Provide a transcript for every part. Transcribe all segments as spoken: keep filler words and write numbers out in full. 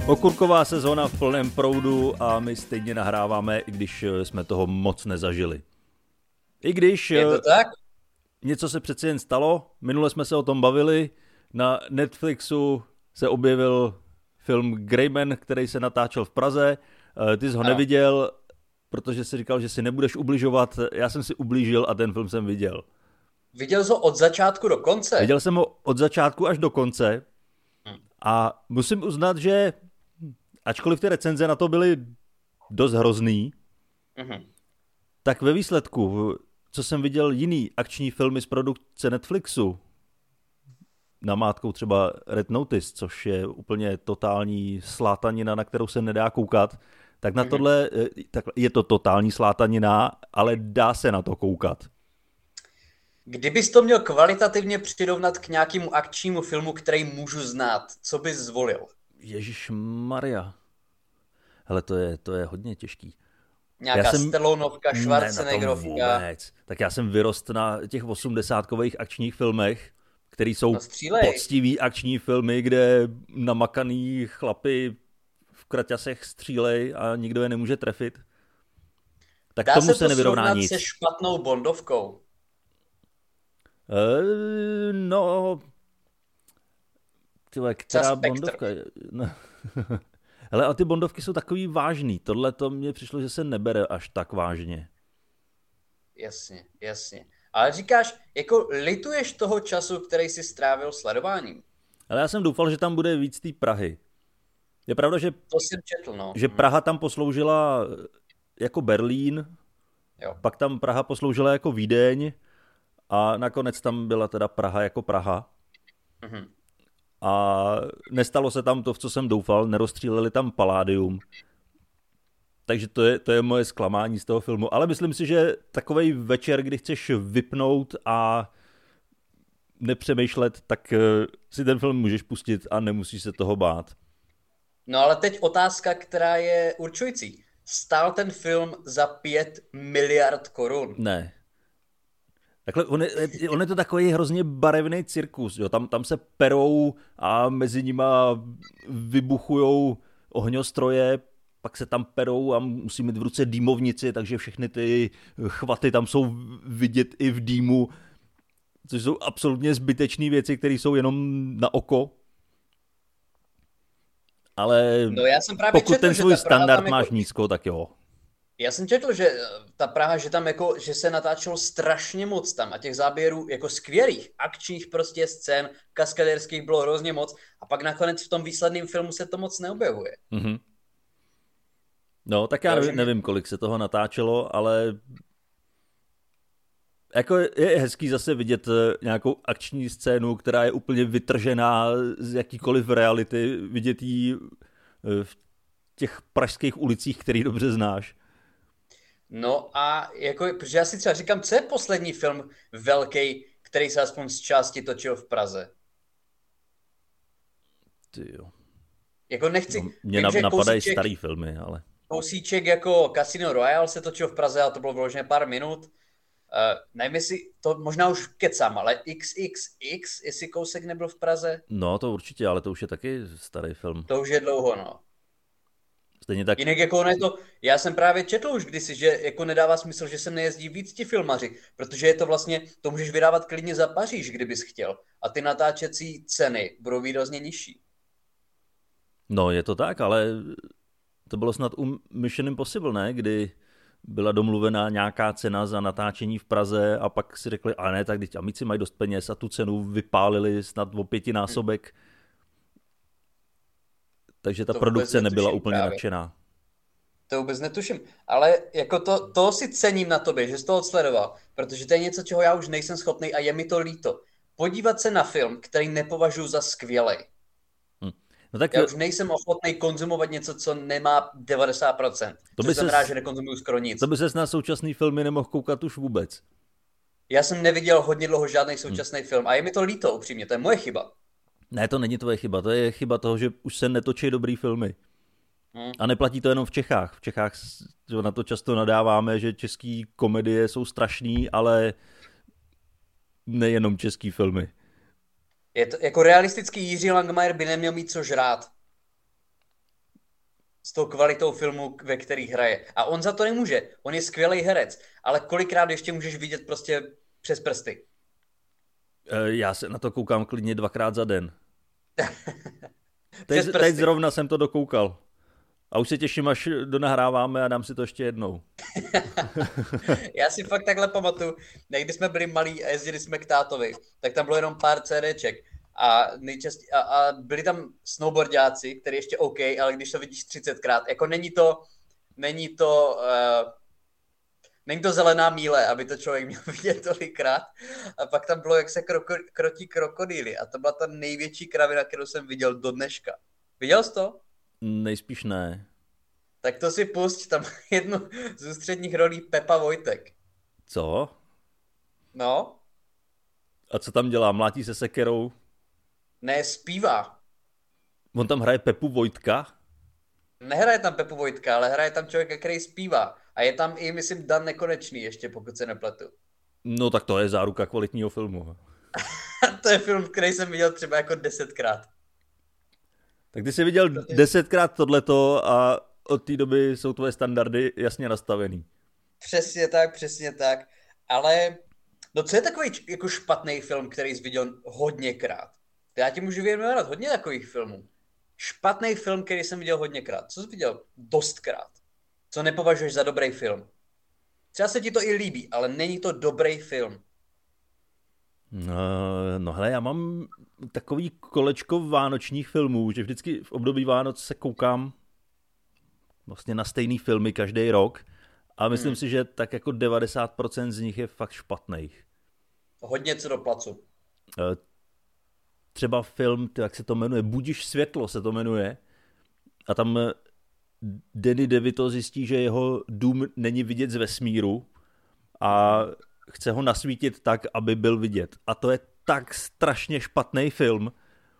Okurková sezóna v plném proudu a my stejně nahráváme, i když jsme toho moc nezažili. I když Je to tak? Něco se přeci jen stalo, minule jsme se o tom bavili, na Netflixu se objevil film Greyman, který se natáčel v Praze, ty jsi ho ano. neviděl, protože jsi říkal, že si nebudeš ubližovat, já jsem si ublížil a ten film jsem viděl. Viděl jsi ho od začátku do konce? Viděl jsem ho od začátku až do konce a musím uznat, že ačkoliv ty recenze na to byly dost hrozný, mm-hmm. tak ve výsledku, co jsem viděl jiný akční filmy z produkce Netflixu, namátkou třeba Red Notice, což je úplně totální slátanina, na kterou se nedá koukat, tak na mm-hmm. tohle tak je to totální slátanina, ale dá se na to koukat. Kdybys to měl kvalitativně přirovnat k nějakému akčnímu filmu, který můžu znát, co bys zvolil? Ježišmarja. Hele, to je, to je hodně těžký. Nějaká jsem... Stallonovka, Schwarzeneggerovka. Tak já jsem vyrost na těch osmdesátkových akčních filmech, které jsou no poctivý akční filmy, kde namakaný chlapi v kraťasech střílej a nikdo je nemůže trefit. Tak Dá tomu se, se to nevyrovná nic. Se špatnou Bondovkou? E, no... Tyhle, která Bondovka... No. Hele, a ty Bondovky jsou takový vážný. Tohle to mně přišlo, že se nebere až tak vážně. Jasně, jasně. Ale říkáš, jako lituješ toho času, který jsi strávil sledováním? Ale já jsem doufal, že tam bude víc té Prahy. Je pravda, že, to jsem četl, no. že Praha tam posloužila jako Berlín, jo. Pak tam Praha posloužila jako Vídeň a nakonec tam byla teda Praha jako Praha. Mhm. A nestalo se tam to, v co jsem doufal, nerozstříleli tam Paládium. Takže to je, to je moje zklamání z toho filmu. Ale myslím si, že takovej večer, kdy chceš vypnout a nepřemýšlet, tak si ten film můžeš pustit a nemusíš se toho bát. No ale teď otázka, která je určující. Stál ten film za pět miliard korun? Ne. Takhle, on, je, on je to takový hrozně barevný cirkus, jo? Tam, tam se perou a mezi nima vybuchujou ohňostroje, pak se tam perou a musí mít v ruce dýmovnici, takže všechny ty chvaty tam jsou vidět i v dýmu, což jsou absolutně zbytečné věci, které jsou jenom na oko. Ale no já jsem právě pokud četl, ten svůj standard jako... máš nízko, tak jo. Já jsem četl, že ta Praha, že tam jako, že se natáčelo strašně moc tam a těch záběrů jako skvělých, akčních prostě scén, kaskadérských bylo hrozně moc a pak nakonec v tom výsledném filmu se to moc neobjevuje. Mm-hmm. No, tak já nevím, nevím, kolik se toho natáčelo, ale jako je hezký zase vidět nějakou akční scénu, která je úplně vytržená z jakýkoliv reality, vidět ji v těch pražských ulicích, který dobře znáš. No a jako, protože já si třeba říkám, co je poslední film velký, který se aspoň z části točil v Praze? Ty jo. Jako nechci... No, mě vím, napadají kousíček, starý filmy, ale... Kousíček jako Casino Royale se točil v Praze a to bylo vyloženě pár minut. Uh, nevím, jestli to možná už kecám, ale X X X, jestli kousek nebyl v Praze? No to určitě, ale to už je taky starý film. To už je dlouho, no. Stejně tak... Jinak jako ne to, já jsem právě četl už kdysi, že jako nedává smysl, že se nejezdí víc ti filmaři, protože je to vlastně, to můžeš vydávat klidně za Paříž, kdybys chtěl. A ty natáčecí ceny budou výrazně nižší. No je to tak, ale to bylo snad u Mission Impossible, ne? Kdy byla domluvená nějaká cena za natáčení v Praze a pak si řekli, a ne, tak teď amici mají dost peněz a tu cenu vypálili snad o pětinásobek. Hmm. Takže ta to produkce nebyla úplně právě nadšená. To vůbec netuším. Ale jako to, to si cením na tobě, že jsi to odsledoval, protože to je něco, čeho já už nejsem schopný a je mi to líto. Podívat se na film, který nepovažuji za skvělej. Hm. No tak... Já už nejsem ochotný konzumovat něco, co nemá devadesát procent. To by znamená, že nekonzumuju skoro nic. To by ses na současný filmy nemohl koukat už vůbec. Já jsem neviděl hodně dlouho žádný současný hm. film a je mi to líto, upřímně, to je moje chyba. Ne, to není tvoje chyba, to je chyba toho, že už se netočí dobrý filmy. Hmm. A neplatí to jenom v Čechách. V Čechách na to často nadáváme, že český komedie jsou strašný, ale nejenom český filmy. Je to, jako realistický Jiří Langmajer by neměl mít co žrát. tou kvalitou filmu, ve kterých hraje. A on za to nemůže. On je skvělý herec. Ale kolikrát ještě můžeš vidět prostě přes prsty? Já se na to koukám klidně dvakrát za den. teď, teď zrovna jsem to dokoukal. A už se těším, až donahráváme a dám si to ještě jednou. Já si fakt takhle pamatuju, když jsme byli malí a jezdili jsme k tátovi, tak tam bylo jenom pár CDček a, nejčastě, a, a byli tam snowboardáci, který ještě OK, ale když to vidíš třicetkrát, jako není to, není to, uh, není to zelená míle, aby to člověk měl vidět tolikrát. A pak tam bylo, jak se kroko, krotí krokodýly a to byla ta největší kravina, kterou jsem viděl do dneška. Viděl jsi to? Nejspíš ne. Tak to si pusť, tam jednu z ústředních rolí Pepa Vojtek. Co? No. A co tam dělá? Mlátí se sekerou? Ne, zpívá. On tam hraje Pepu Vojtka? Nehraje tam Pepu Vojtka, ale hraje tam člověk, který zpívá. A je tam i, myslím, Dan Nekonečný ještě, pokud se nepletu. No tak to je záruka kvalitního filmu. To je film, který jsem viděl třeba jako desetkrát. Tak ty jsi viděl desetkrát tohleto a od té doby jsou tvoje standardy jasně nastavený. Přesně tak, přesně tak. Ale no co je takový jako špatný film, který jsi viděl hodněkrát? Já ti můžu vyjmenovat hodně takových filmů. Špatný film, který jsem viděl hodněkrát. Co jsi viděl dostkrát? Co nepovažuješ za dobrý film? Třeba se ti to i líbí, ale není to dobrý film. No, no hele, já mám takový kolečko vánočních filmů, že vždycky v období Vánoc se koukám vlastně na stejný filmy každý rok a myslím hmm. si, že tak jako devadesát procent z nich je fakt špatných. Hodně co do placu. Třeba film, jak se to jmenuje, Budiš světlo se to jmenuje a tam Danny DeVito zjistí, že jeho dům není vidět z vesmíru a chce ho nasvítit tak, aby byl vidět. A to je tak strašně špatný film,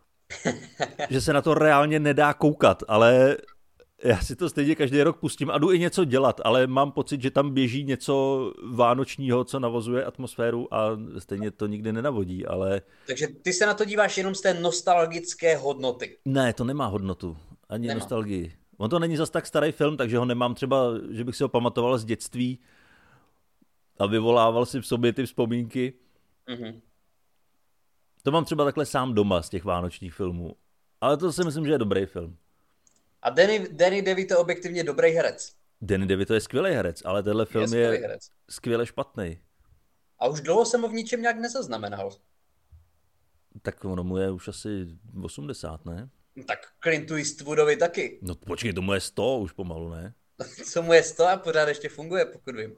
že se na to reálně nedá koukat, ale já si to stejně každý rok pustím a jdu i něco dělat, ale mám pocit, že tam běží něco vánočního, co navozuje atmosféru a stejně to nikdy nenavodí, ale... Takže ty se na to díváš jenom z té nostalgické hodnoty. Ne, to nemá hodnotu, ani nemá. Nostalgii. On to není zas tak starý film, takže ho nemám třeba, že bych si ho pamatoval z dětství a vyvolával si v sobě ty vzpomínky. Mm-hmm. To mám třeba takhle sám doma z těch vánočních filmů. Ale to si myslím, že je dobrý film. A Danny, Danny DeVito je objektivně dobrý herec. Danny DeVito je skvělý herec, ale tenhle film je, je skvěle špatný. A už dlouho jsem ho v ničem nějak nezaznamenal. Tak ono mu je už asi osmdesát, ne? Tak Clintu Eastwoodovi taky. No počkej, tomu je sto už pomalu, ne? Co mu je sto a pořád ještě funguje, pokud vím.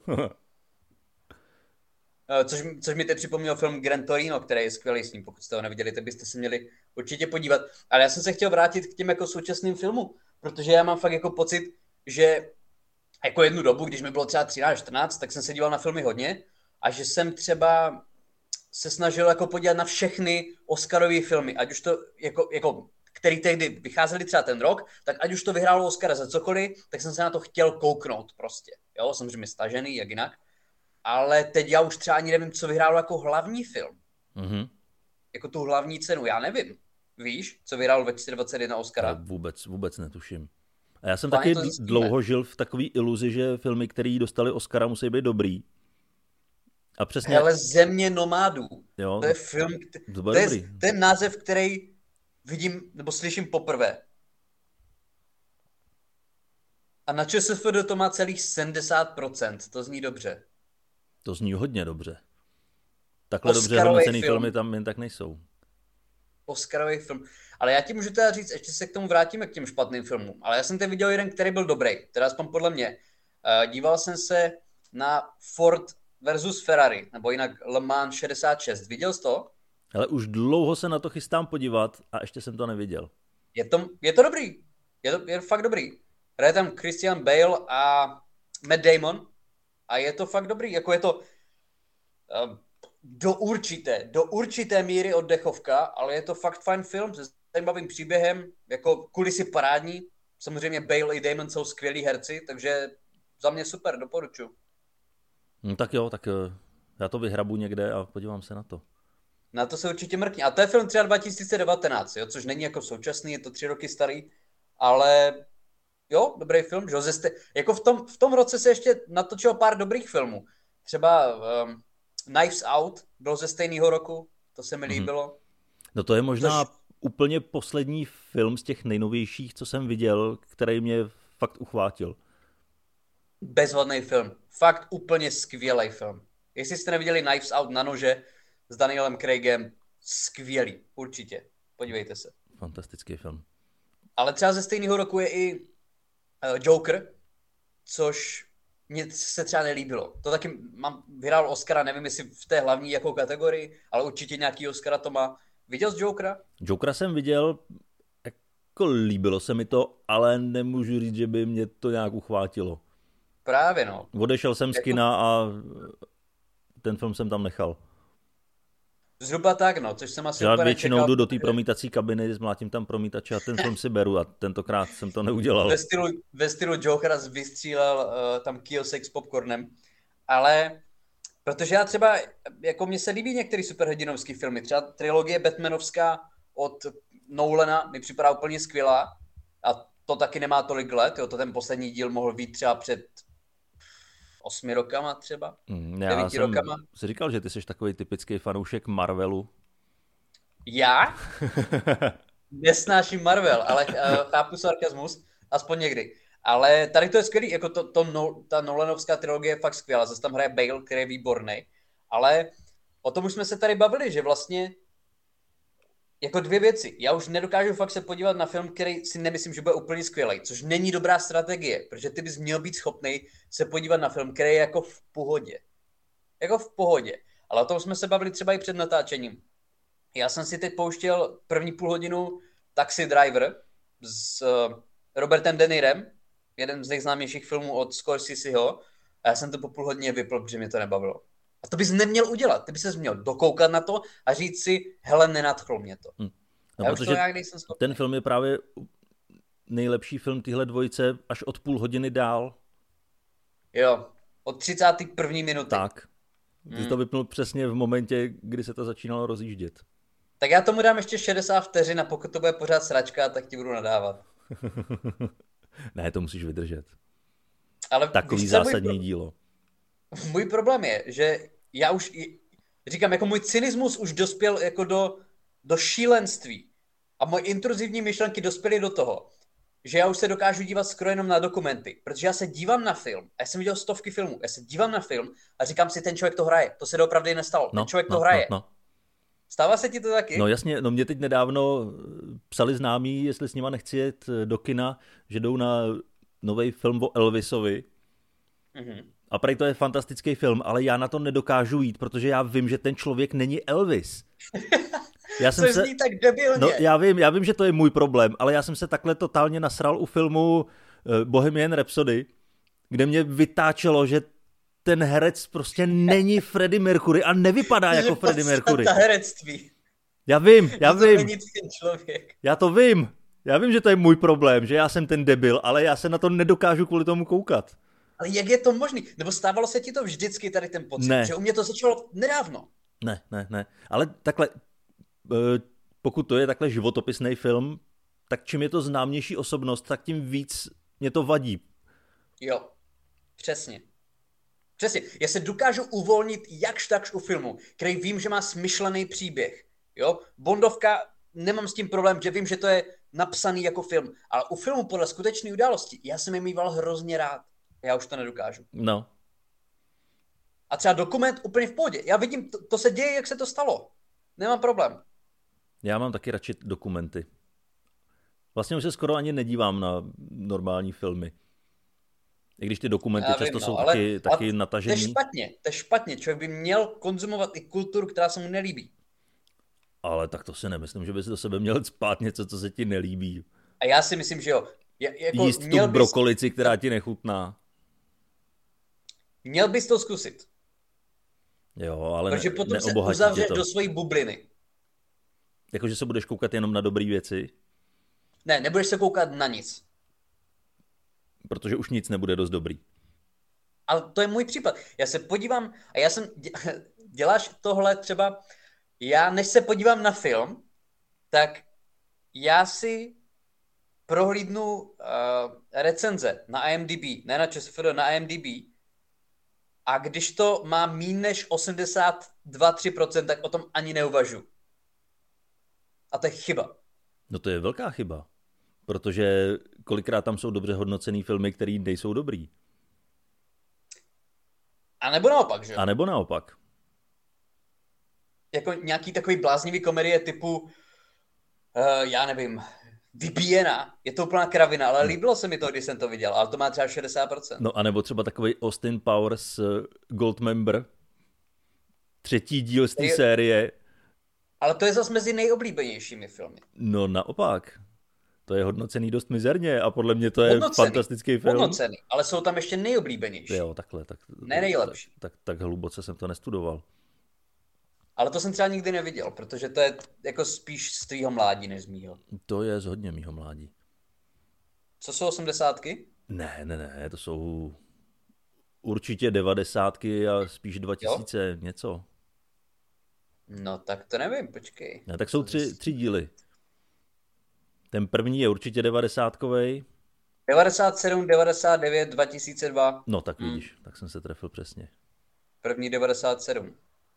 Což, což mi teď připomněl film Gran Torino, který je skvělý s ním, pokud jste ho neviděli, tak byste se měli určitě podívat. Ale já jsem se chtěl vrátit k těm jako současným filmům, protože já mám fakt jako pocit, že jako jednu dobu, když mi bylo třeba třináct čtrnáct, tak jsem se díval na filmy hodně a že jsem třeba se snažil jako podívat na všechny Oscarové filmy, ať už to jako, jako který tehdy vycházely třeba ten rok, tak ať už to vyhrálo Oscara za cokoliv, tak jsem se na to chtěl kouknout prostě. Jo, samozřejmě stažený, jak jinak. Ale teď já už třeba ani nevím, co vyhrálo jako hlavní film. Mm-hmm. Jako tu hlavní cenu, já nevím. Víš, co vyhrálo ve dvacet jedna Oscara? Já vůbec, vůbec netuším. A já jsem Páně taky dlouho žil v takové iluzi, že filmy, které dostali Oscara, musí být dobrý. A přesně... Hele, Země nomádů. Jo, to je film, to, to, to je ten název, který vidím, nebo slyším poprvé. A na ČSFD to má celých sedmdesát procent, to zní dobře. To zní hodně dobře. Takhle Oscarový dobře hodnocený film. Filmy tam jen tak nejsou. Oscarový film. Ale já ti můžu teda říct, ještě se k tomu vrátíme, k těm špatným filmům. Ale já jsem teď viděl jeden, který byl dobrý. Teda aspoň podle mě. Uh, díval jsem se na Ford versus Ferrari, nebo jinak Le Mans šedesát šest. Viděl jsi to? Ale už dlouho se na to chystám podívat a ještě jsem to neviděl. Je to, je to dobrý. Je to je fakt dobrý. Hraje tam Christian Bale a Matt Damon. A je to fakt dobrý. Jako je to uh, do určité, do určité míry oddechovka, ale je to fakt fajn film se zajímavým příběhem, jako kulisy parádní. Samozřejmě Bale i Damon jsou skvělí herci, takže za mě super, doporučuji. No tak jo, tak já to vyhrabu někde a podívám se na to. Na to se určitě mrkni. A to je film třeba dva tisíce devatenáct, jo, což není jako současný, je to tři roky starý, ale Jo, dobrý film. Že? Jste, jako v tom, v tom roce se ještě natočilo pár dobrých filmů. Třeba um, Knives Out byl ze stejného roku, to se mi líbilo. Mm-hmm. No to je možná Což... úplně poslední film z těch nejnovějších, co jsem viděl, který mě fakt uchvátil. Bezvadný film. Fakt úplně skvělý film. Jestli jste neviděli Knives Out na nože s Danielem Craigem, skvělý, určitě. Podívejte se. Fantastický film. Ale třeba ze stejného roku je i uh, Joker, což mně se třeba nelíbilo. To taky mám, vyhrál Oscara, nevím jestli v té hlavní jakou kategorii, ale určitě nějaký Oscara to má. Viděl jsi Jokera? Jokera jsem viděl, jako líbilo se mi to, ale nemůžu říct, že by mě to nějak uchvátilo. Právě no. Odešel jsem z jako... kina a ten film jsem tam nechal. Zhruba tak, no, což jsem asi Já úplně většinou nečekal. jdu do té promítací kabiny, zmlátím tam promítače a ten film si beru a tentokrát jsem to neudělal. Ve stylu, ve stylu Jokera vystřílel uh, tam Kiyosek s popcornem, ale protože já třeba, jako mně se líbí některé superhrdinovské filmy, třeba trilogie Batmanovská od Nolana mi připadá úplně skvělá a to taky nemá tolik let, jo, to ten poslední díl mohl být třeba před osmi rokama třeba, mm, já devíti jsem rokama. si říkal, že ty jsi takový typický fanoušek Marvelu. Já? Nesnáším Marvel, ale uh, chápu sarkazmus, aspoň někdy. Ale tady to je skvělý, jako to, to no, ta Nolanovská trilogie je fakt skvělá, zase tam hraje Bale, který je výborný, ale o tom už jsme se tady bavili, že vlastně jako dvě věci. Já už nedokážu fakt se podívat na film, který si nemyslím, že bude úplně skvělý, což není dobrá strategie, protože ty bys měl být schopný se podívat na film, který je jako v pohodě. Jako v pohodě. Ale o tom jsme se bavili třeba i před natáčením. Já jsem si teď pouštěl první půl hodinu Taxi Driver s uh, Robertem De Nirem, jeden z nejznámějších filmů od Scorseseho, a já jsem to po půl hodině vypl, protože mě to nebavilo. A to bys neměl udělat, ty bys se měl dokoukat na to a říct si, hele, nenadchlo mě to. Hmm. No, já protože ten film je právě nejlepší film téhle dvojice až od půl hodiny dál. Jo, od třicáté první minuty. Tak. Ty hmm. to vypnul přesně v momentě, kdy se to začínalo rozjíždět. Tak já tomu dám ještě šedesát vteřin a pokud to bude pořád sračka, tak ti budu nadávat. Ne, to musíš vydržet. Ale takový zásadní můj, dílo. Můj problém je, že já už, říkám, jako můj cynismus už dospěl jako do, do šílenství. A moje intruzivní myšlenky dospěly do toho, že já už se dokážu dívat skoro jenom na dokumenty. Protože já se dívám na film, a já jsem viděl stovky filmů, já se dívám na film a říkám si, ten člověk to hraje. To se doopravdy nestalo. No, ten člověk no, to hraje. No, no. Stává se ti to taky? No jasně, no mě teď nedávno psali známí, jestli s nima nechci jet do kina, že jdou na nový film o Elvisovi. Mm-hmm. A prej to je fantastický film, ale já na to nedokážu jít, protože já vím, že ten člověk není Elvis. Já jsem to se... zní tak debilně. No, já vím, já vím, že to je můj problém, ale já jsem se takhle totálně nasral u filmu Bohemian Rhapsody, kde mě vytáčelo, že ten herec prostě není Freddie Mercury a nevypadá jako Freddie Mercury. To herectví. Já vím, já to vím. Není ten člověk. Já to vím. Já vím, že to je můj problém, že já jsem ten debil, ale já se na to nedokážu kvůli tomu koukat. Ale jak je to možný? Nebo stávalo se ti to vždycky tady ten pocit? Ne. Že u mě to začalo nedávno. Ne, ne, ne. Ale takhle, pokud to je takhle životopisný film, tak čím je to známější osobnost, tak tím víc mě to vadí. Jo, přesně. Přesně. Já se dokážu uvolnit jakž takž u filmu, který vím, že má smyšlený příběh. Jo? Bondovka, nemám s tím problém, že vím, že to je napsaný jako film. Ale u filmu podle skutečné události, já jsem je mýval hrozně rád. Já už to nedokážu. No. A třeba dokument úplně v pohodě. Já vidím, to, to se děje, jak se to stalo. Nemám problém. Já mám taky radši dokumenty. Vlastně už se skoro ani nedívám na normální filmy. I když ty dokumenty Já často vím, jsou no, taky, ale, taky ale natažený. To je špatně, to je špatně. Člověk by měl konzumovat i kulturu, která se mu nelíbí. Ale tak to si nemyslím, že bys do sebe měl spát něco, co se ti nelíbí. A já si myslím, že jo. Ja, jako Jíst měl tu bys... brokolici, která ti nechutná. Měl bys to zkusit. Jo, ale protože ne, potom se neobohatí uzavřeš to. do své bubliny. Jakože se budeš koukat jenom na dobré věci? Ne, nebudeš se koukat na nic. Protože už nic nebude dost dobrý. Ale to je můj případ. Já se podívám, a já jsem, děláš tohle třeba, já než se podívám na film, tak já si prohlídnu uh, recenze na IMDb, ne na ČSFD, na IMDb, a když to má míň než osmdesát dva tři procent, tak o tom ani neuvažuji. A to je chyba. No to je velká chyba, protože kolikrát tam jsou dobře hodnocený filmy, které nejsou dobrý. A nebo naopak, že? A nebo naopak. Jako nějaký takový bláznivý komedie typu, uh, já nevím, Vybíjená. Je to úplná kravina, ale líbilo se mi to, když jsem to viděl, ale to má třeba šedesát procent. No a nebo třeba takový Austin Powers Goldmember, třetí díl z té je... série. Ale to je zase mezi nejoblíbenějšími filmy. No naopak. To je hodnocený dost mizerně a podle mě to je hodnocený, fantastický film. Hodnocený, ale jsou tam ještě nejoblíbenější. Jo, takhle. Tak, ne nejlepší. Tak, tak, tak hluboce jsem to nestudoval. Ale to jsem třeba nikdy neviděl, protože to je jako spíš z tvýho mládí, než z mýho. To je z hodně mýho mládí. Co jsou osmdesátky? Ne, ne, ne, to jsou určitě devadesátky a spíš dva tisíce jo? něco. No tak to nevím, počkej. Ne, tak jsou tři, tři díly. Ten první je určitě devadesátkovej. devadesát sedm, devadesát devět, dva tisíce dva. No tak vidíš, hmm. tak jsem se trefil přesně. První devadesát sedm.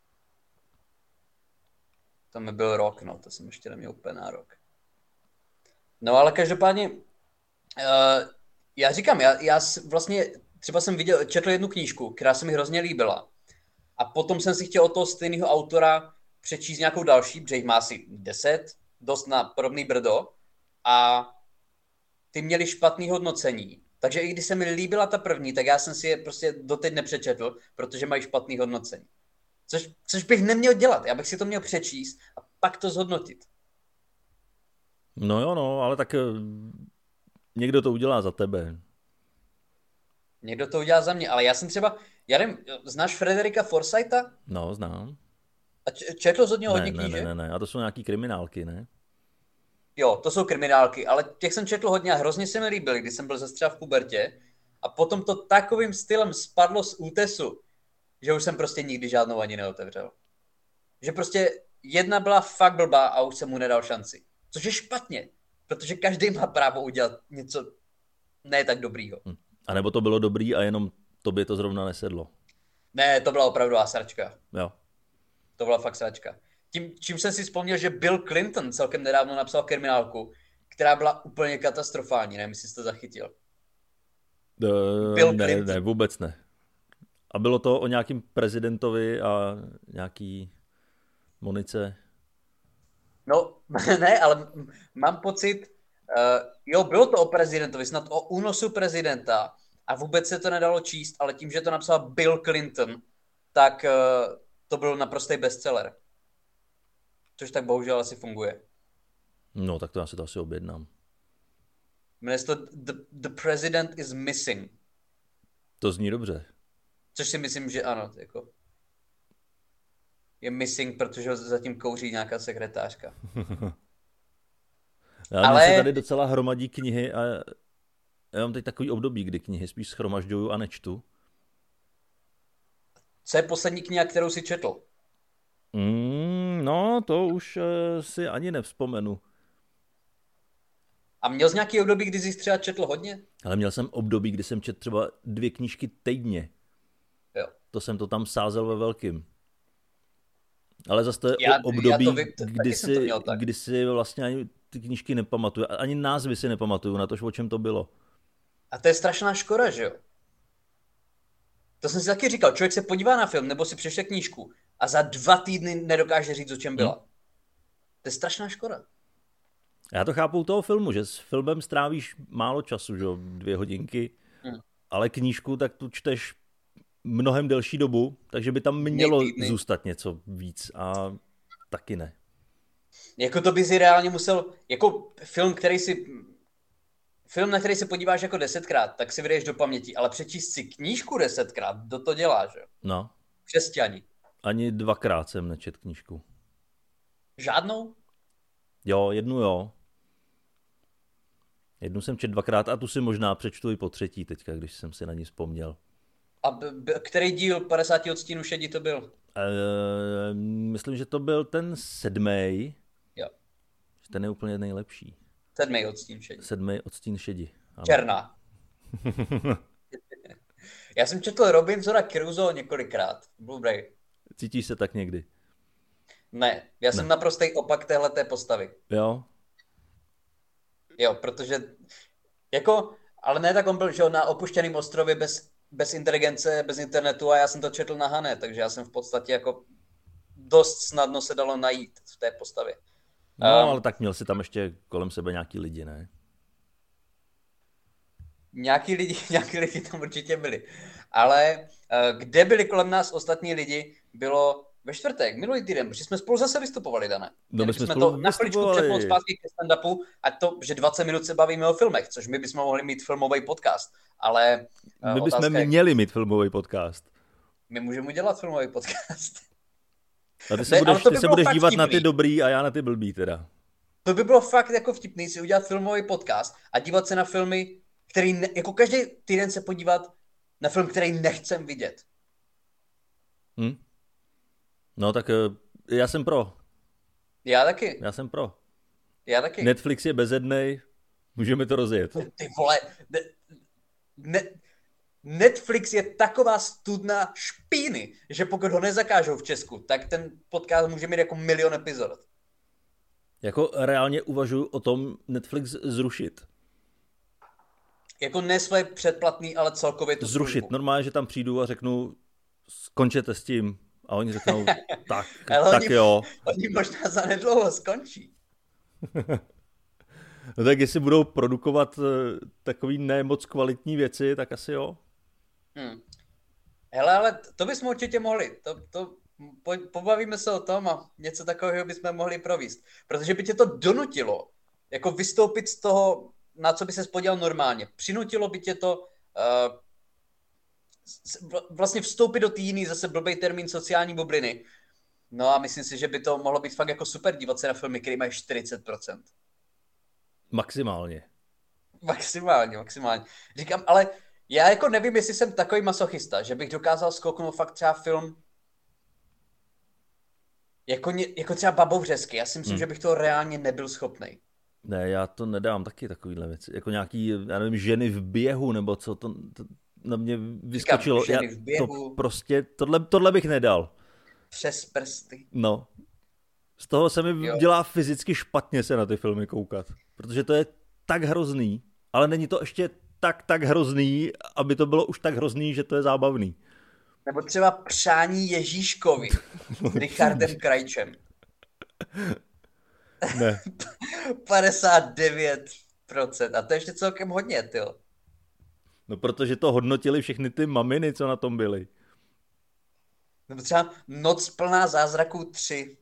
To mi byl rok, no, to jsem ještě neměl úplně na rok. No ale každopádně, uh, já říkám, já, já vlastně třeba jsem viděl, četl jednu knížku, která se mi hrozně líbila. A potom jsem si chtěl od toho stejného autora přečíst nějakou další, protože jich má asi deset, dost na podobný brdo. A ty měli špatný hodnocení. Takže i když se mi líbila ta první, tak já jsem si je prostě doteď nepřečetl, protože mají špatný hodnocení. Což, což bych neměl dělat. Já bych si to měl přečíst a pak to zhodnotit. No jo, no, ale tak někdo to udělá za tebe. Někdo to udělá za mě, ale já jsem třeba, já nevím, znáš Frederika Forsytha? No, znám. A četl jsi od něho ne, hodně ne, knížek? Ne, ne, ne, a to jsou nějaký kriminálky, ne? Jo, to jsou kriminálky, ale těch jsem četl hodně a hrozně se mi líbily, když jsem byl zase třeba v pubertě. A potom to takovým stylem spadlo z útesu, že už jsem prostě nikdy žádnou ani neotevřel. Že prostě jedna byla fakt blbá a už jsem mu nedal šanci. Což je špatně, protože každý má právo udělat něco ne tak dobrýho. Hm. A nebo to bylo dobrý a jenom tobě to zrovna nesedlo. Ne, to byla opravdu sračka. Jo. To byla fakt sračka. Tím, čím jsem si vzpomněl, že Bill Clinton celkem nedávno napsal kriminálku, která byla úplně katastrofální, nevím, jestli jsi to zachytil. Uh, Bill ne, Clinton. ne, vůbec ne. A bylo to o nějakým prezidentovi a nějaký Monice? No, ne, ale mám pocit, uh, jo, bylo to o prezidentovi, snad o únosu prezidenta a vůbec se to nedalo číst, ale tím, že to napsal Bill Clinton, tak uh, to byl naprostý bestseller. Což tak bohužel asi funguje. No, tak to já si to asi objednám. Jmenuje se to the, the President is Missing. To zní dobře. Což si myslím, že ano. Jako je missing, protože ho zatím kouří nějaká sekretářka. Já Ale... se tady docela hromadí knihy a já mám teď takový období, kdy knihy spíš shromažďuju a nečtu. Co je poslední kniha, kterou jsi četl? Mm, no, to už uh, si ani nevzpomenu. A měl jsi nějaký období, kdy jsi třeba četl hodně? Ale měl jsem období, kdy jsem četl třeba dvě knížky týdně. Jo. To jsem to tam sázel ve velkým. Ale zase to je já, období, já to vím, to, kdy, si, kdy si vlastně ani ty knížky nepamatuju. Ani názvy si nepamatuju na to, o čem to bylo. A to je strašná škoda, že jo? To jsem si taky říkal. Člověk se podívá na film nebo si přečte knížku a za dva týdny nedokáže říct, o čem byla. Hmm. To je strašná škoda. Já to chápu u toho filmu, že s filmem strávíš málo času, že jo, dvě hodinky, hmm. ale knížku tak tu čteš mnohem delší dobu, takže by tam mělo Nejtýdny. zůstat něco víc a taky ne. Jako to by si reálně musel, jako film, který si, film, na který se podíváš jako desetkrát, tak si vyjdeš do paměti, ale přečíst si knížku desetkrát, kdo to dělá, že? No. Křesťani. Ani dvakrát jsem nečet knížku. Žádnou? Jo, jednu jo. Jednu jsem čet dvakrát a tu si možná přečtu i po třetí teďka, když jsem si na ní vzpomněl. A b- b- který díl padesát odstínů šedi to byl? E, myslím, že to byl ten sedmý. Jo. Ten je úplně nejlepší. Sedmý odstín šedi. Sedmý odstín šedi. Ano. Černá. Já jsem četl Robinsona Crusoe několikrát v Blu-ray. Cítíš se tak někdy? Ne, já jsem ne. naprostý opak téhleté postavy. Jo? Jo, protože jako, ale ne tak on byl, že na opuštěném ostrově bez, bez inteligence, bez internetu a já jsem to četl na Hané, takže já jsem v podstatě jako dost snadno se dalo najít v té postavě. No, um, ale tak měl si tam ještě kolem sebe nějaký lidi, ne? Nějaký lidi, nějaký lidi tam určitě byli. Ale uh, kde byli kolem nás ostatní lidi, bylo ve čtvrtek, minulý týden, protože jsme spolu zase vystupovali, Dané. No, my jsme, jsme spolu to na chviličku přepnout zpátky ke stand-upu a to, že dvacet minut se bavíme o filmech, což my bychom mohli mít filmový podcast, ale my bychom měli je... mít filmový podcast. My můžeme udělat filmový podcast. A ty se ne, budeš, ty by se budeš dívat vtipný. Na ty dobrý a já na ty blbý teda. To by bylo fakt jako vtipný si udělat filmový podcast a dívat se na filmy, který, ne, jako každý týden se podívat na film, který nechcem vidět. Hm? No tak já jsem pro. Já taky. Já jsem pro. Já taky. Netflix je bezednej, můžeme to rozjet. Ty vole, ne, ne, Netflix je taková studna špíny, že pokud ho nezakážou v Česku, tak ten podcast může mít jako milion epizod. Jako reálně uvažuji o tom Netflix zrušit. Jako ne své předplatný, ale celkově to zrušit. službu. Normálně, že tam přijdu a řeknu, skončete s tím. A oni řeknou, tak, ale tak oni, jo. Oni možná za nedlouho skončí. No tak jestli budou produkovat takový ne moc kvalitní věci, tak asi jo. Hmm. Hele, ale to bychom určitě mohli. To, to, po, pobavíme se o tom a něco takového bychom mohli provést. Protože by tě to donutilo jako vystoupit z toho, na co by se podíval normálně. Přinutilo by tě to uh, vlastně vstoupit do té jiný zase blbej termín sociální bubliny. No a myslím si, že by to mohlo být fakt jako super dívat se na filmy, které mají čtyřicet procent. Maximálně. Maximálně, maximálně. Říkám, ale já jako nevím, jestli jsem takový masochista, že bych dokázal zkouknout fakt třeba film jako, ně, jako třeba Babovřesky. Já si myslím, hmm. že bych to reálně nebyl schopnej. Ne, já to nedám taky takovýhle věci. Jako nějaký, já nevím, ženy v běhu, nebo co to, to na mě vyskočilo. Říkám, ženy já, v běhu. To prostě, tohle, tohle bych nedal. Přes prsty. No. Z toho se mi jo. dělá fyzicky špatně se na ty filmy koukat. Protože to je tak hrozný, ale není to ještě tak, tak hrozný, aby to bylo už tak hrozný, že to je zábavný. Nebo třeba Přání Ježíškovi s Richardem Krajčem. Ne. padesát devět procent. A to je ještě celkem hodně, tyjo. No protože to hodnotili všechny ty maminy, co na tom byly. Nebo třeba Noc plná zázraků tři.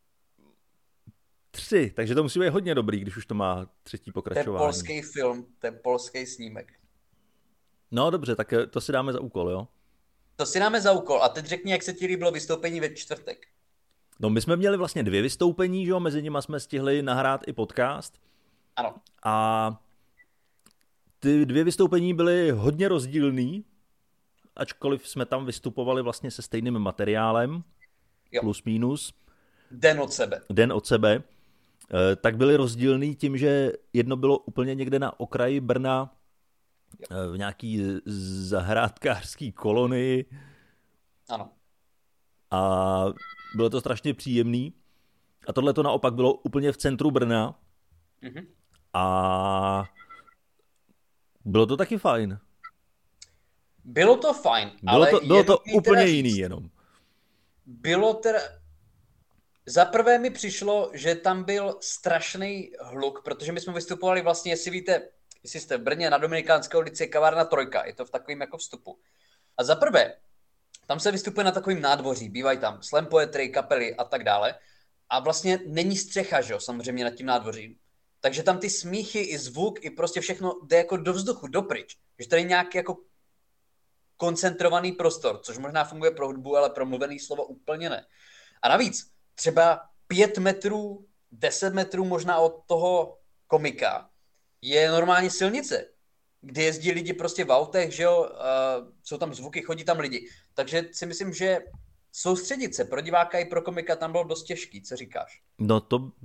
Tři, takže to musí být hodně dobrý, když už to má třetí pokračování. To je polský film, to je polský snímek. No dobře, tak to si dáme za úkol, jo? To si dáme za úkol. A teď řekni, jak se ti líbilo vystoupení ve čtvrtek. No my jsme měli vlastně dvě vystoupení, že jo? Mezi nimi jsme stihli nahrát i podcast. Ano. A ty dvě vystoupení byly hodně rozdílný, ačkoliv jsme tam vystupovali vlastně se stejným materiálem, jo. Plus minus. Den od sebe. Den od sebe. Tak byly rozdílný tím, že jedno bylo úplně někde na okraji Brna, v nějaký zahrádkářský kolonii. Ano. A bylo to strašně příjemný. A tohle to naopak bylo úplně v centru Brna. Mm-hmm. A bylo to taky fajn. Bylo to fajn, bylo ale to, bylo to úplně jiný jenom. Bylo teda... Za prvé mi přišlo, že tam byl strašný hluk, protože my jsme vystupovali vlastně, jestli víte, jestli jste v Brně, na Dominikánské ulici, kavárna Trojka, je to v takovém jako vstupu. A za prvé, tam se vystupuje na takovém nádvoří, bývají tam slam poetry, kapely a tak dále. A vlastně není střecha, že jo, samozřejmě nad tím nádvořím. Takže tam ty smíchy i zvuk, i prostě všechno jde jako do vzduchu, dopryč. Že to je nějaký jako koncentrovaný prostor, což možná funguje pro hudbu, ale pro mluvený slovo úplně ne. A navíc, třeba pět metrů, deset metrů možná od toho komika je normálně silnice, kde jezdí lidi prostě v autech, že jo, uh, jsou tam zvuky, chodí tam lidi. Takže si myslím, že soustředit se pro diváka i pro komika tam bylo dost těžký, co říkáš? No to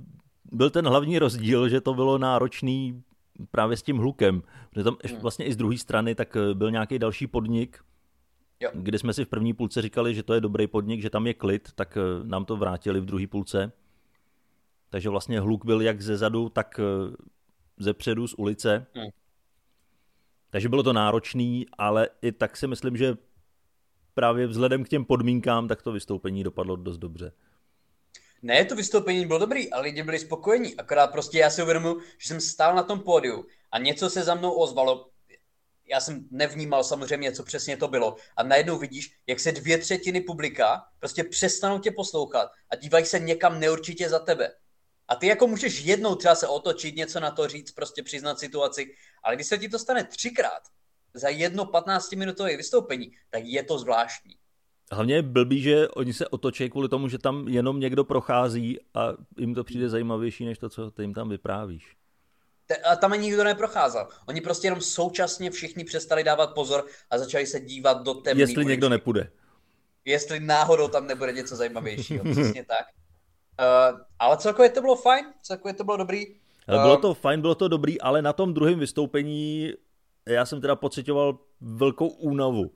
byl ten hlavní rozdíl, že to bylo náročný právě s tím hlukem. Protože tam hmm. vlastně i z druhé strany tak byl nějaký další podnik, jo. Kde jsme si v první půlce říkali, že to je dobrý podnik, že tam je klid, tak nám to vrátili v druhé půlce. Takže vlastně hluk byl jak ze zadu, tak ze předu, z ulice. Hmm. Takže bylo to náročný, ale i tak si myslím, že právě vzhledem k těm podmínkám, tak to vystoupení dopadlo dost dobře. Ne, to vystoupení bylo dobrý, ale lidi byli spokojení. Akorát prostě já si uvědomuji, že jsem stál na tom pódiu a něco se za mnou ozvalo. Já jsem nevnímal samozřejmě, co přesně to bylo. A najednou vidíš, jak se dvě třetiny publika prostě přestanou tě poslouchat a dívají se někam neurčitě za tebe. A ty jako můžeš jednou třeba se otočit, něco na to říct, prostě přiznat situaci, ale když se ti to stane třikrát za jedno patnáctiminutové vystoupení, tak je to zvláštní. Hlavně je blbý, že oni se otočí kvůli tomu, že tam jenom někdo prochází a jim to přijde zajímavější, než to, co ty jim tam vyprávíš. A tam ani nikdo neprocházel. Oni prostě jenom současně všichni přestali dávat pozor a začali se dívat do temný Jestli uličky. Někdo nepůjde. Jestli náhodou tam nebude něco zajímavějšího. Přesně tak. Uh, ale celkově to bylo fajn, celkově to bylo dobrý. Ale bylo to fajn, bylo to dobrý, ale na tom druhém vystoupení já jsem teda pocitoval velkou únavu.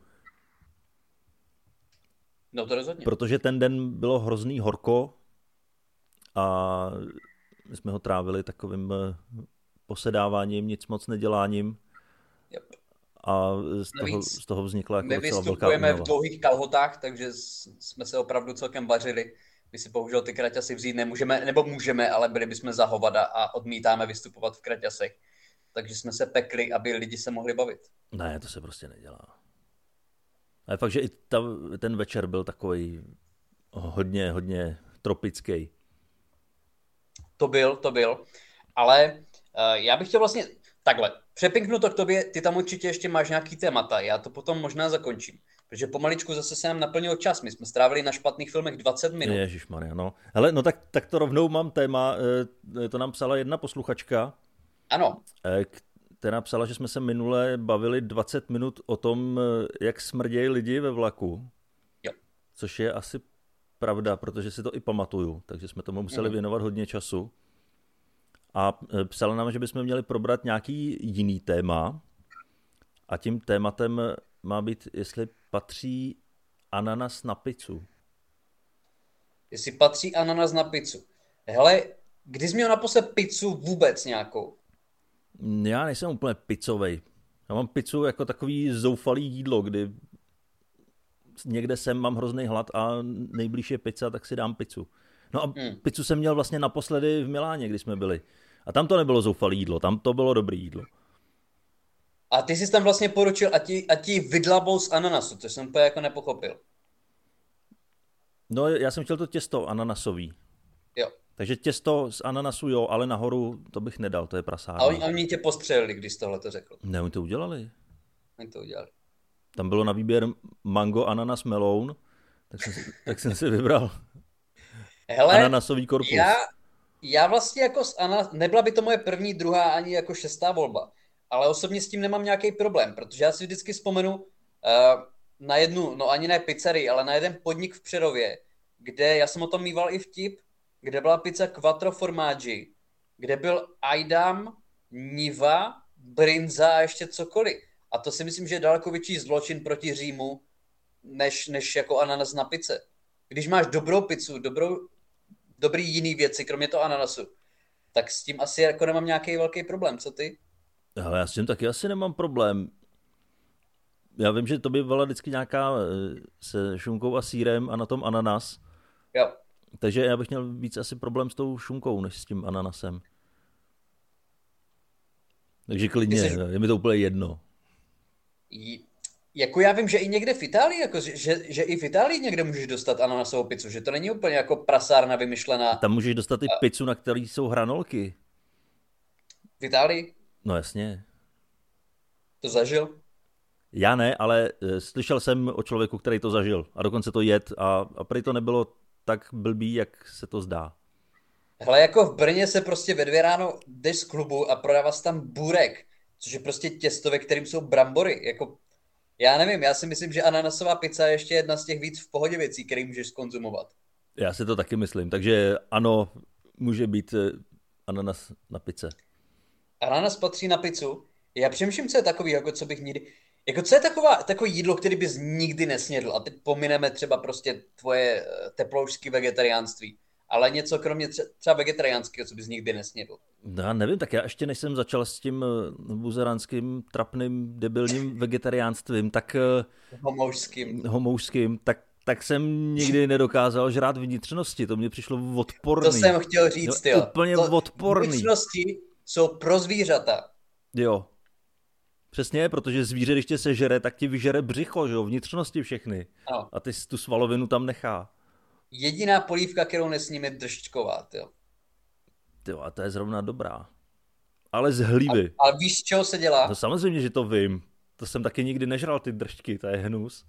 No to rozhodně. Protože ten den bylo hrozný horko a my jsme ho trávili takovým posedáváním, nic moc neděláním. Yep. A z toho, z toho vznikla jako docela velká únava. My vystupujeme v dlouhých kalhotách, takže jsme se opravdu celkem vařili. My si bohužel ty kraťasy vzít nemůžeme, nebo můžeme, ale byli bychom za hovada a odmítáme vystupovat v kraťasech. Takže jsme se pekli, aby lidi se mohli bavit. Ne, to se prostě nedělá. Ale fakt, že i ta, ten večer byl takový hodně, hodně tropický. To byl, to byl. Ale uh, já bych chtěl vlastně takhle. Přepinknu to k tobě, ty tam určitě ještě máš nějaký témata, já to potom možná zakončím. Protože pomaličku zase se nám naplnil čas. My jsme strávili na špatných filmech dvacet minut. Ježišmarja, no. Hele, no tak, tak to rovnou mám téma. To nám psala jedna posluchačka. Ano. Která psala, že jsme se minule bavili dvacet minut o tom, jak smrdějí lidi ve vlaku. Jo. Což je asi pravda, protože si to i pamatuju. Takže jsme tomu museli mm. věnovat hodně času. A psala nám, že bychom měli probrat nějaký jiný téma. A tím tématem má být, jestli patří ananas na pizzu. Jestli patří ananas na pizzu. Hele, kdy jsi měl naposled pizzu vůbec nějakou? Já nejsem úplně pizzovej. Já mám pizzu jako takový zoufalý jídlo, kdy někde sem mám hrozný hlad a nejblíž je pizza, tak si dám pizzu. No a hmm. pizzu jsem měl vlastně naposledy v Miláně, kdy jsme byli. A tam to nebylo zoufalý jídlo, tam to bylo dobrý jídlo. A ty jsi tam vlastně poručil a ti, a ti vydlabou z ananasu, což jsem úplně jako nepochopil. No já jsem chtěl to těsto ananasový. Jo. Takže těsto z ananasu jo, ale nahoru to bych nedal, to je prasárna. A oni, oni tě postřelili, když tohle to řekl. Ne, oni to udělali. Oni to udělali. Tam bylo na výběr mango, ananas, meloun, tak jsem, tak jsem si vybral Hele, ananasový korpus. Já, já vlastně jako s ananas, nebyla by to moje první, druhá ani jako šestá volba, ale osobně s tím nemám nějaký problém, protože já si vždycky vzpomenu uh, na jednu, no ani ne pizzerii, ale na jeden podnik v Přerově, kde, já jsem o tom mýval i vtip, kde byla pizza Quattro Formaggi, kde byl Ajdam, Niva, brinza a ještě cokoliv. A to si myslím, že je daleko větší zločin proti Římu, než, než jako ananas na pice. Když máš dobrou pizzu, dobrou, dobrý jiný věci, kromě toho ananasu, tak s tím asi jako nemám nějaký velký problém. Co ty? Ale já s tím taky asi nemám problém. Já vím, že to by byla vždycky nějaká se šunkou a sýrem a na tom ananas. Jo. Takže já bych měl víc asi problém s tou šunkou, než s tím ananasem. Takže klidně, jsi... je mi to úplně jedno. J- jako já vím, že i někde v Itálii, jako, že, že i v Itálii někde můžeš dostat ananasovou pizzu, že to není úplně jako prasárna vymyšlená. Tam můžeš dostat i a... pizzu, na který jsou hranolky. V Itálii? No jasně. To zažil? Já ne, ale slyšel jsem o člověku, který to zažil a dokonce to jet a, a prý to nebylo tak blbý, jak se to zdá. Hele, jako v Brně se prostě ve dvě ráno jdeš z klubu a prodává se tam burek, což je prostě těsto, ve kterým jsou brambory. Jako, já nevím, já si myslím, že ananasová pizza je ještě jedna z těch víc v pohodě věcí, které můžeš zkonzumovat. Já si to taky myslím, takže ano, může být ananas na pice. Ananas patří na pizzu. Já přemýšlím, co je takový, jako co bych nikdy... Jako co je taková, takový jídlo, který bys nikdy nesnědl? A teď pomineme třeba prostě tvoje teploušské vegetariánství. Ale něco kromě třeba vegetariánského, co bys nikdy nesnědl. Já nevím, tak já ještě než jsem začal s tím buzeránským, trapným, debilním vegetariánstvím, tak... Homoušským. Homoušským, tak, tak jsem nikdy nedokázal žrát vnitřnosti. To mě přišlo odporný. To jsem chtěl říct, jo. Úplně to, odporný. Vnitřnosti jsou pro zvířata. Jo. Přesně, protože zvíře, když tě sežere, tak ti vyžere břicho, že jo, vnitřnosti všechny. No. A ty tu svalovinu tam nechá. Jediná polívka, kterou nesníme, držčková, jo. Jo, a to je zrovna dobrá. Ale z hlívy. A, a víš, z čeho se dělá? No samozřejmě, že to vím. To jsem taky nikdy nežral, ty držky, to je hnus.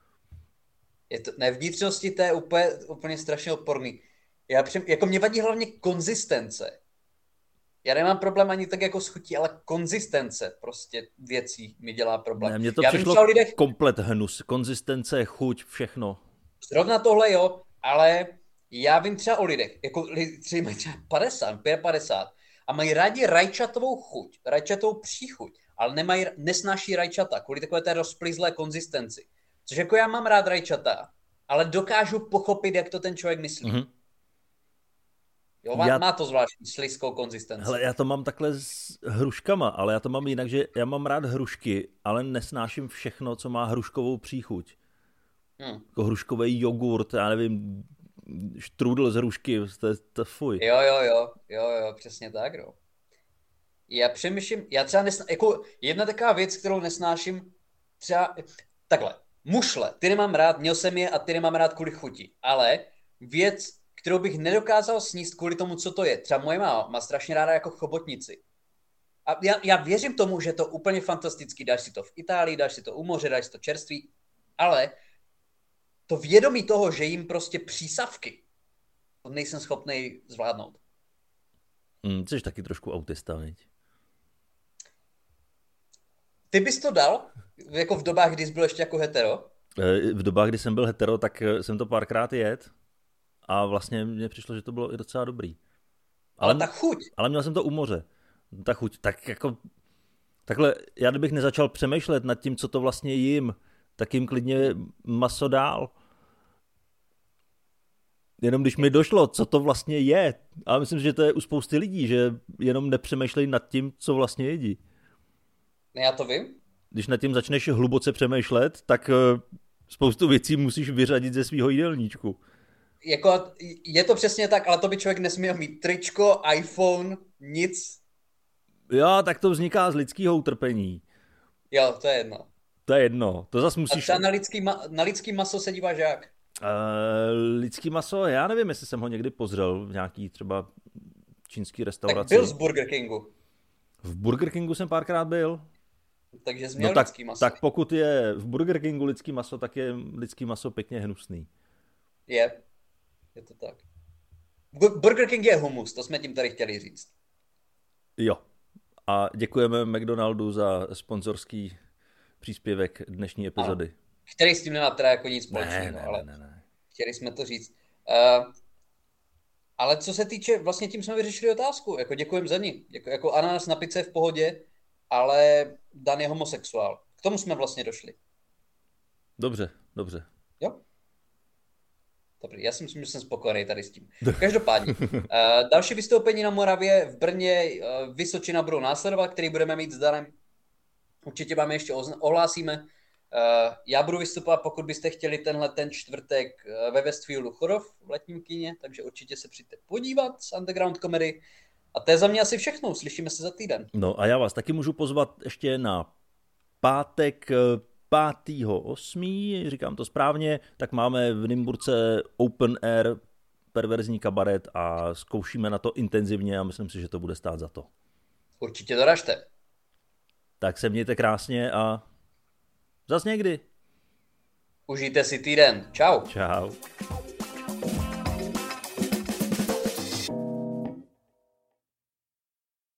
Je to, ne, vnitřnosti to je úplně, úplně strašně odporný. Já přem, jako mě vadí hlavně konzistence. Já nemám problém ani tak jako s chutí, ale konzistence prostě věcí mi dělá problém. Ne, mně to Já přišlo lidech... komplet hnus. Konzistence, chuť, všechno. Zrovna tohle jo, ale já vím třeba o lidech, jako lidi mají třeba padesát, padesát a mají rádi rajčatovou chuť, rajčatovou příchuť, ale nemají, nesnáší rajčata kvůli takové té rozplizlé konzistenci. Což jako já mám rád rajčata, ale dokážu pochopit, jak to ten člověk myslí. Mm-hmm. Jo, má, já... má to zvláštní slizkou konzistenci. Hele, já to mám takhle s hruškama, ale já to mám jinak, že já mám rád hrušky, ale nesnáším všechno, co má hruškovou příchuť. Hmm. Jako hruškový jogurt, já nevím, štrůdl z hrušky, to je to fuj. Jo, jo, jo, jo, jo, přesně tak, jo. Já přemýšlím, já třeba nesnáším, jako jedna taková věc, kterou nesnáším, třeba, takhle, mušle, ty nemám rád, měl jsem je a ty nemám rád kvůli chuti, ale věc, kterou bych nedokázal sníst kvůli tomu, co to je, třeba moje máma má strašně ráda jako chobotnici. A já, já věřím tomu, že to je úplně fantastický, dáš si to v Itálii, dáš si to u moře, dáš si to čerství, ale to vědomí toho, že jim prostě přísavky, to nejsem schopný zvládnout. Hmm, jsi taky trošku autista, viď? Ty bys to dal? Jako v dobách, kdy jsi byl ještě jako hetero? V dobách, kdy jsem byl hetero, tak jsem to párkrát jet a vlastně mně přišlo, že to bylo i docela dobrý. Ale, ale ta chuť. Ale měl jsem to u moře. Ta chuť, tak jako... Takhle, já kdybych nezačal přemýšlet nad tím, co to vlastně jim, tak jim klidně maso dál. Jenom když mi došlo, co to vlastně je. A myslím, že to je u spousty lidí, že jenom nepřemýšlej nad tím, co vlastně jedí. Ne, já to vím. Když nad tím začneš hluboce přemýšlet, tak spoustu věcí musíš vyřadit ze svého jídelníčku. Jako, je to přesně tak, ale to by člověk nesměl mít. Tričko, iPhone, nic. Jo, tak to vzniká z lidského utrpení. Jo, to je jedno. To je jedno. To zas musíš... A třeba na lidský, ma- na lidský maso se díváš jak? Uh, lidský maso, já nevím, jestli jsem ho někdy pozřel v nějaký třeba čínský restauraci. Tak byl z Burger Kingu. V Burger Kingu jsem párkrát byl. Takže jsi měl no tak, lidský maso. Tak pokud je v Burger Kingu lidský maso, tak je lidský maso pěkně hnusný. Je. Je to tak. Burger King je humus, to jsme tím tady chtěli říct. Jo. A děkujeme McDonaldu za sponzorský příspěvek dnešní epizody. Ano. Který s tím nemá teda jako nic společného, ne, ne, ale ne, ne. chtěli jsme to říct. Uh, ale co se týče, vlastně tím jsme vyřešili otázku, jako děkujem za ní. Jako, jako ananas na pice v pohodě, ale Dan je homosexuál. K tomu jsme vlastně došli. Dobře, dobře. Jo? Dobrý, já si myslím, že jsem spokojený tady s tím. Každopádně, uh, další vystoupení na Moravě, v Brně, uh, Vysočina budou následovat, který budeme mít s Danem. Určitě vám ještě ohlásíme. Uh, já budu vystupovat, pokud byste chtěli tenhle ten čtvrtek uh, ve Westfieldu Chodov v letním kině, takže určitě se přijďte podívat z Underground Comedy. A to je za mě asi všechno, slyšíme se za týden. No a já vás taky můžu pozvat ještě na pátek pátého osmého říkám to správně, tak máme v Nymburce Open Air perverzní kabaret a zkoušíme na to intenzivně a myslím si, že to bude stát za to. Určitě doražte. Tak se mějte krásně a zas někdy. Užijte si týden. Čau. Čau.